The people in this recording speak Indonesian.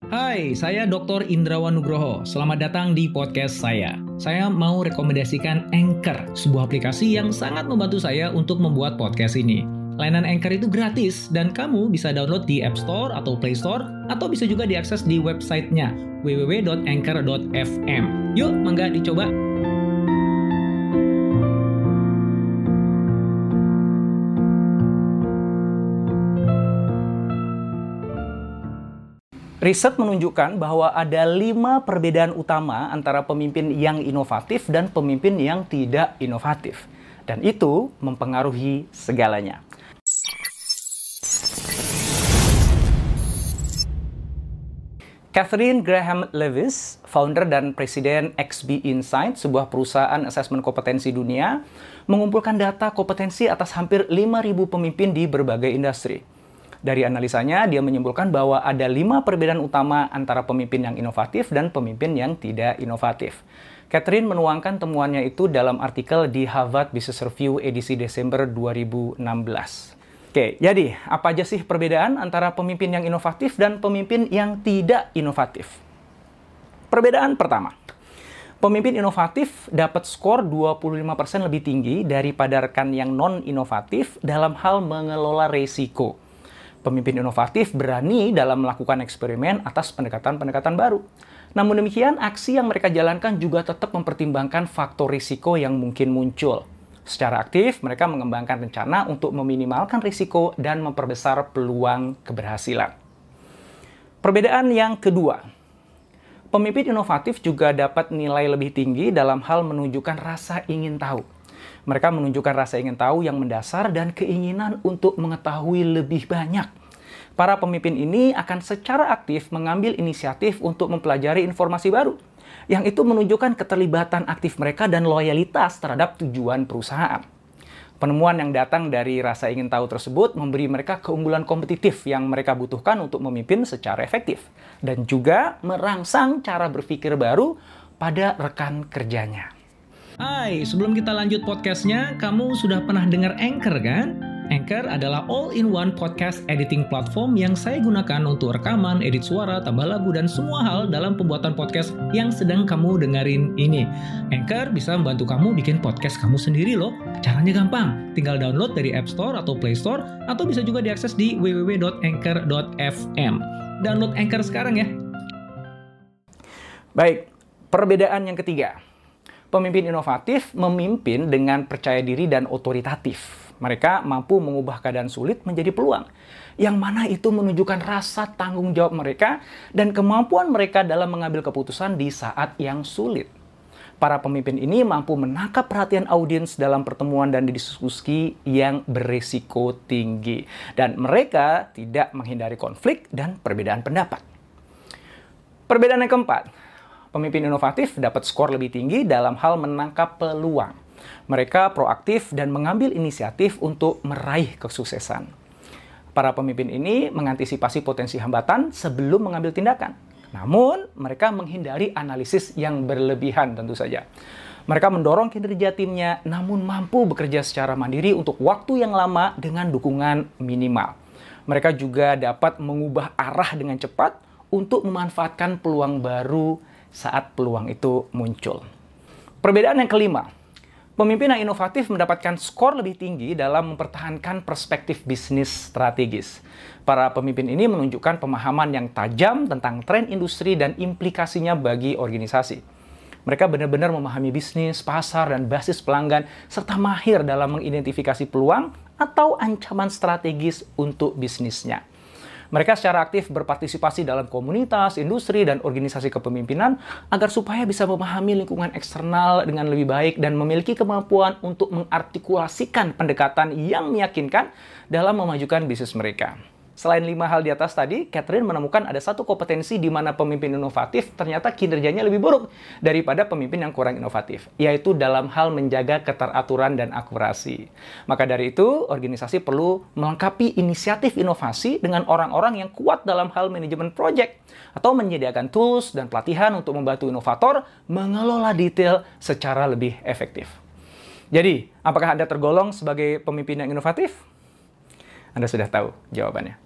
Hai, saya Dr. Indrawan Nugroho. Selamat datang di podcast saya. Saya mau rekomendasikan Anchor, sebuah aplikasi yang sangat membantu saya untuk membuat podcast ini. Layanan Anchor itu gratis dan kamu bisa download di App Store atau Play Store atau bisa juga diakses di websitenya www.anchor.fm. Yuk, mangga dicoba. Riset menunjukkan bahwa ada 5 perbedaan utama antara pemimpin yang inovatif dan pemimpin yang tidak inovatif. Dan itu mempengaruhi segalanya. Catherine Graham Lewis, founder dan presiden XB Insight, sebuah perusahaan asesmen kompetensi dunia, mengumpulkan data kompetensi atas hampir 5.000 pemimpin di berbagai industri. Dari analisanya, dia menyimpulkan bahwa ada 5 perbedaan utama antara pemimpin yang inovatif dan pemimpin yang tidak inovatif. Catherine menuangkan temuannya itu dalam artikel di Harvard Business Review edisi Desember 2016. Oke, jadi apa aja sih perbedaan antara pemimpin yang inovatif dan pemimpin yang tidak inovatif? Perbedaan pertama, pemimpin inovatif dapat skor 25% lebih tinggi daripada rekan yang non-inovatif dalam hal mengelola risiko. Pemimpin inovatif berani dalam melakukan eksperimen atas pendekatan-pendekatan baru. Namun demikian, aksi yang mereka jalankan juga tetap mempertimbangkan faktor risiko yang mungkin muncul. Secara aktif, mereka mengembangkan rencana untuk meminimalkan risiko dan memperbesar peluang keberhasilan. Perbedaan yang kedua, pemimpin inovatif juga dapat nilai lebih tinggi dalam hal menunjukkan rasa ingin tahu. Mereka menunjukkan rasa ingin tahu yang mendasar dan keinginan untuk mengetahui lebih banyak. Para pemimpin ini akan secara aktif mengambil inisiatif untuk mempelajari informasi baru, yang itu menunjukkan keterlibatan aktif mereka dan loyalitas terhadap tujuan perusahaan. Penemuan yang datang dari rasa ingin tahu tersebut memberi mereka keunggulan kompetitif yang mereka butuhkan untuk memimpin secara efektif, dan juga merangsang cara berpikir baru pada rekan kerjanya. Hai, sebelum kita lanjut podcastnya, kamu sudah pernah dengar Anchor kan? Anchor adalah all-in-one podcast editing platform yang saya gunakan untuk rekaman, edit suara, tambah lagu, dan semua hal dalam pembuatan podcast yang sedang kamu dengerin ini. Anchor bisa membantu kamu bikin podcast kamu sendiri loh. Caranya gampang, tinggal download dari App Store atau Play Store, atau bisa juga diakses di www.anchor.fm. Download Anchor sekarang ya. Baik, perbedaan yang ketiga. Pemimpin inovatif memimpin dengan percaya diri dan otoritatif. Mereka mampu mengubah keadaan sulit menjadi peluang, yang mana itu menunjukkan rasa tanggung jawab mereka dan kemampuan mereka dalam mengambil keputusan di saat yang sulit. Para pemimpin ini mampu menangkap perhatian audiens dalam pertemuan dan diskusi yang berisiko tinggi. Dan mereka tidak menghindari konflik dan perbedaan pendapat. Perbedaan yang keempat, pemimpin inovatif dapat skor lebih tinggi dalam hal menangkap peluang. Mereka proaktif dan mengambil inisiatif untuk meraih kesuksesan. Para pemimpin ini mengantisipasi potensi hambatan sebelum mengambil tindakan. Namun, mereka menghindari analisis yang berlebihan tentu saja. Mereka mendorong kinerja timnya, namun mampu bekerja secara mandiri untuk waktu yang lama dengan dukungan minimal. Mereka juga dapat mengubah arah dengan cepat untuk memanfaatkan peluang baru saat peluang itu muncul. Perbedaan yang kelima, pemimpin yang inovatif mendapatkan skor lebih tinggi dalam mempertahankan perspektif bisnis strategis. Para pemimpin ini menunjukkan pemahaman yang tajam tentang tren industri dan implikasinya bagi organisasi. Mereka benar-benar memahami bisnis, pasar, dan basis pelanggan, serta mahir dalam mengidentifikasi peluang atau ancaman strategis untuk bisnisnya. Mereka secara aktif berpartisipasi dalam komunitas, industri, dan organisasi kepemimpinan agar supaya bisa memahami lingkungan eksternal dengan lebih baik dan memiliki kemampuan untuk mengartikulasikan pendekatan yang meyakinkan dalam memajukan bisnis mereka. Selain 5 hal di atas tadi, Catherine menemukan ada satu kompetensi di mana pemimpin inovatif ternyata kinerjanya lebih buruk daripada pemimpin yang kurang inovatif, yaitu dalam hal menjaga keteraturan dan akurasi. Maka dari itu, organisasi perlu melengkapi inisiatif inovasi dengan orang-orang yang kuat dalam hal manajemen proyek, atau menyediakan tools dan pelatihan untuk membantu inovator mengelola detail secara lebih efektif. Jadi, apakah Anda tergolong sebagai pemimpin yang inovatif? Anda sudah tahu jawabannya.